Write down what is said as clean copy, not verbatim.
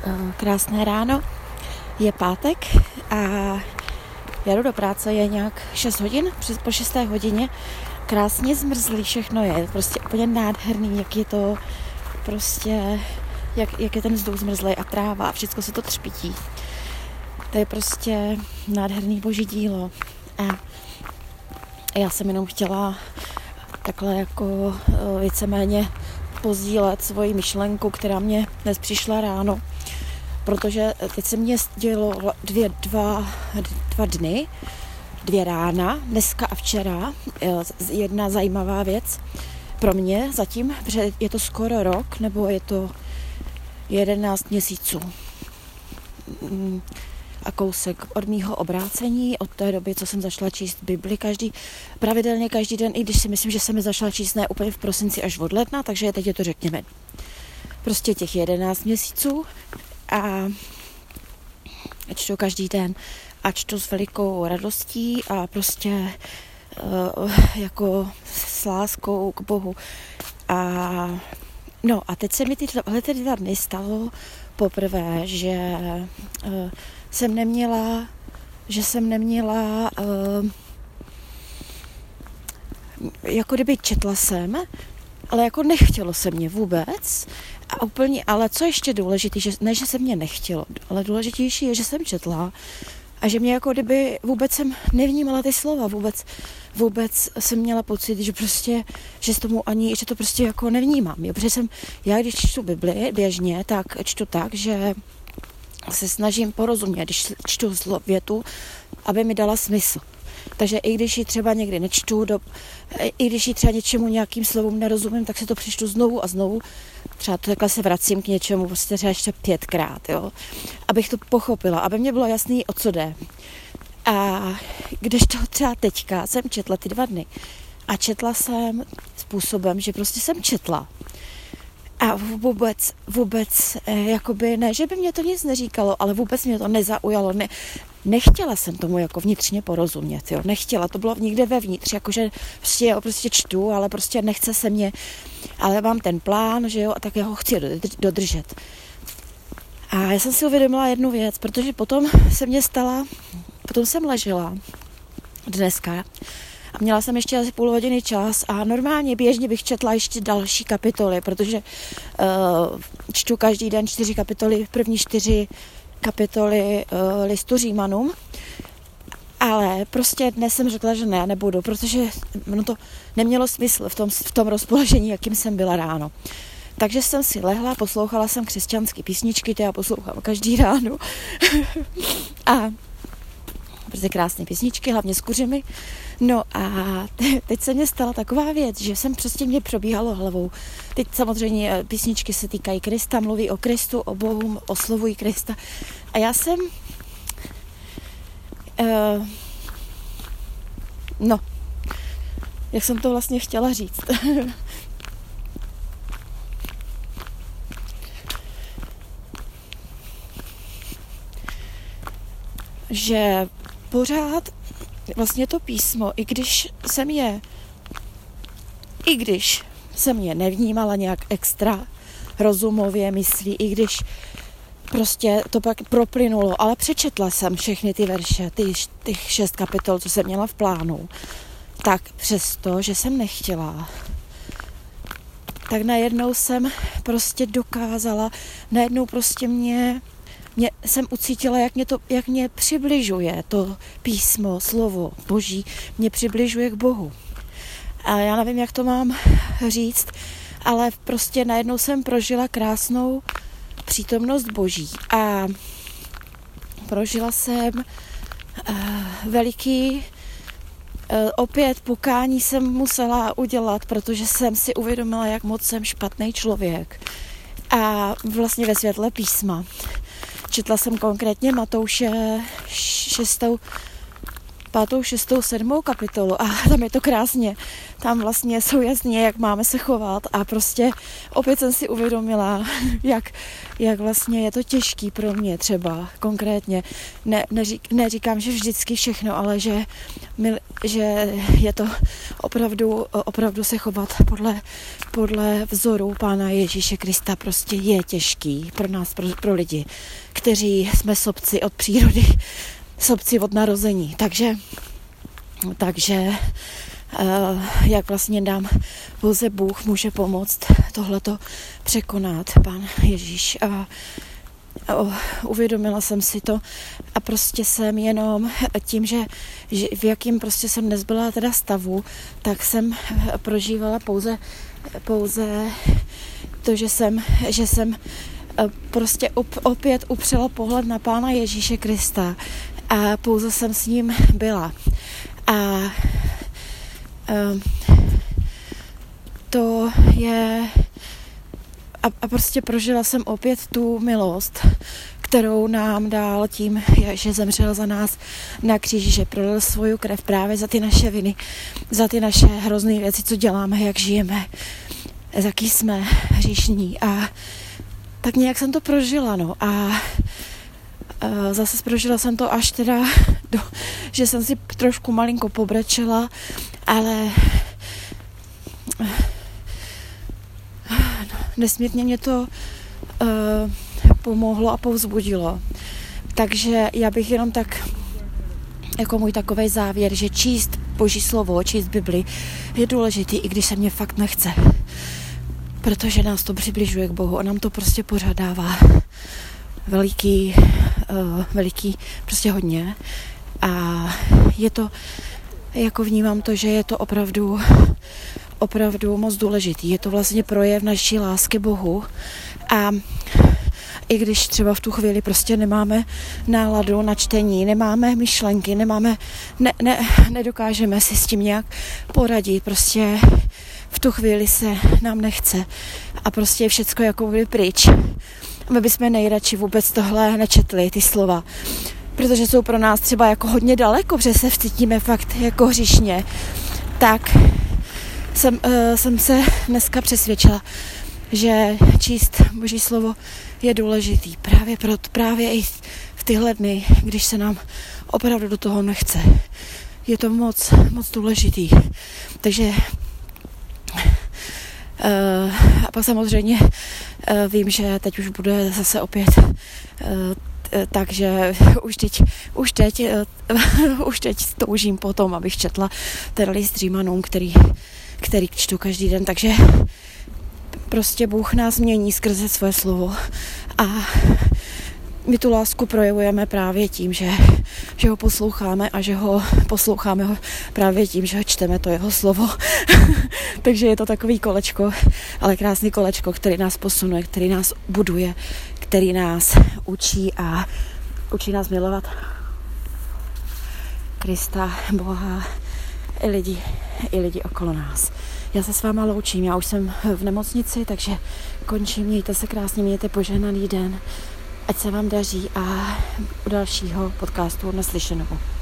Krásné ráno, je pátek a já jdu do práce, je nějak 6 hodin, po 6. hodině, krásně zmrzlý všechno je, prostě úplně nádherný, jak je to prostě, jak je ten vzduch zmrzlej a tráva a všechno se to třpití. To je prostě nádherný boží dílo a já jsem jenom chtěla takhle jako víceméně pozdílet svoji myšlenku, která mě dnes přišla ráno, protože teď se mě dělo dva dny, 2 rána, dneska a včera, jedna zajímavá věc pro mě zatím, protože je to skoro rok, nebo je to 11 měsíců a kousek od mýho obrácení, od té doby, co jsem začala číst Bibli pravidelně každý den, i když si myslím, že jsem ji začala číst ne úplně v prosinci až od ledna, takže teď je to řekněme prostě těch 11 měsíců a čtu každý den a čtu s velikou radostí a prostě jako s láskou k Bohu. A teď se mi tyhle 2 dny stalo poprvé, že jsem neměla jako kdyby četla jsem, ale jako nechtělo se mě vůbec a úplně, ale co ještě důležitý, že ne, že se mě nechtělo, ale důležitější je, že jsem četla a že mě jako kdyby vůbec jsem nevnímala ty slova, vůbec jsem měla pocit, že prostě, že to prostě jako nevnímám, jo? Protože já když čtu Bibli běžně, tak čtu tak, že se snažím porozumět, když čtu větu, aby mi dala smysl. Takže i když ji třeba někdy nečtu, i když ji třeba něčemu nějakým slovům nerozumím, tak se to přečtu znovu a znovu. Třeba takhle se vracím k něčemu prostě třeba ještě 5krát, jo. Abych to pochopila, aby mě bylo jasný, o co jde. A když to třeba teďka jsem četla ty 2 dny a četla jsem způsobem, že prostě jsem četla. A vůbec, jakoby, ne, že by mě to nic neříkalo, ale vůbec mě to nezaujalo, nechtěla jsem tomu jako vnitřně porozumět, jo, nechtěla, to bylo někde vevnitř, jakože prostě čtu, ale prostě nechce se mě, ale mám ten plán, že jo, a tak já ho chci dodržet. A já jsem si uvědomila jednu věc, protože potom jsem ležela dneska, a měla jsem ještě asi půl hodiny čas a normálně běžně bych četla ještě další kapitoly, protože čtu každý den 4 kapitoly, první 4 kapitoly listu Římanům, ale prostě dnes jsem řekla, že nebudu, protože to nemělo smysl v tom rozpoložení, jakým jsem byla ráno. Takže jsem si lehla, poslouchala jsem křesťanské písničky, to já poslouchám každý ráno. A protože krásné písničky, hlavně s kuřimi. No a teď se mně stala taková věc, že mě probíhalo hlavou. Teď samozřejmě písničky se týkají Krista, mluví o Kristu, o Bohu, oslovují Krista. A já jsem jak jsem to vlastně chtěla říct. Že pořád vlastně to písmo, i když jsem je nevnímala nějak extra rozumově myslí, i když prostě to pak proplynulo, ale přečetla jsem všechny ty verše, těch 6 kapitol, co jsem měla v plánu, tak přesto, že jsem nechtěla, tak najednou jsem prostě dokázala, najednou prostě jsem ucítila, jak mě přibližuje to písmo, slovo Boží, mě přibližuje k Bohu. A já nevím, jak to mám říct, ale prostě najednou jsem prožila krásnou přítomnost Boží a prožila jsem veliký opět pukání jsem musela udělat, protože jsem si uvědomila, jak moc jsem špatný člověk. A vlastně ve světle písma. Četla jsem konkrétně Matouše 5., 6., 7. kapitolu a tam je to krásně. Tam vlastně jsou jasně, jak máme se chovat a prostě opět jsem si uvědomila, jak vlastně je to těžký pro mě třeba konkrétně. Neříkám, že vždycky všechno, ale že je to opravdu se chovat podle vzoru Pána Ježíše Krista prostě je těžký pro nás, pro lidi, kteří jsme sobci od přírody, sobci od narození. Takže jak vlastně dám, pouze Bůh může pomoct tohleto překonat, Pán Ježíš. A uvědomila jsem si to a prostě jsem jenom tím, že v jakým prostě jsem nezbyla teda stavu, tak jsem prožívala pouze to, že jsem prostě opět upřela pohled na Pána Ježíše Krista a pouze jsem s ním byla. To je a prostě prožila jsem opět tu milost, kterou nám dal tím, že zemřel za nás na kříži, že prolil svou krev právě za ty naše viny, za ty naše hrozné věci, co děláme, jak žijeme, jaký jsme hříšní. A tak nějak jsem to prožila, no. A zase prožila jsem to až teda, že jsem si trošku malinko pobrečela, ale nesmírně mě to pomohlo a povzbudilo. Takže já bych jenom tak, jako můj takovej závěr, že číst Boží slovo, číst Bibli je důležitý, i když se mě fakt nechce. Protože nás to přibližuje k Bohu a nám to prostě pořád dává veliký, prostě hodně. A je to, jako vnímám to, že je to opravdu moc důležitý. Je to vlastně projev naší lásky Bohu a i když třeba v tu chvíli prostě nemáme náladu na čtení, nemáme myšlenky, nedokážeme si s tím nějak poradit, prostě v tu chvíli se nám nechce a prostě je všecko jako by pryč. My bychom nejradši vůbec tohle nečetli, ty slova, protože jsou pro nás třeba jako hodně daleko, protože se vcítíme fakt jako hříšně. Tak jsem se dneska přesvědčila, že číst Boží slovo je důležitý. Právě i v tyhle dny, když se nám opravdu do toho nechce. Je to moc důležitý. Takže a pak samozřejmě vím, že teď už bude zase opět takže už teď toužím po tom, abych četla ten list Římanům, který čtu každý den, takže prostě Bůh nás mění skrze své slovo a my tu lásku projevujeme právě tím, že ho posloucháme a že ho posloucháme právě tím, že ho čteme to jeho slovo. Takže je to takový kolečko, ale krásný kolečko, který nás posunuje, který nás buduje, který nás učí a učí nás milovat Krista, Boha i lidi okolo nás. Já se s váma loučím, já už jsem v nemocnici, takže končím, mějte se krásně, mějte požehnaný den, ať se vám daří a u dalšího podcastu naslyšenou.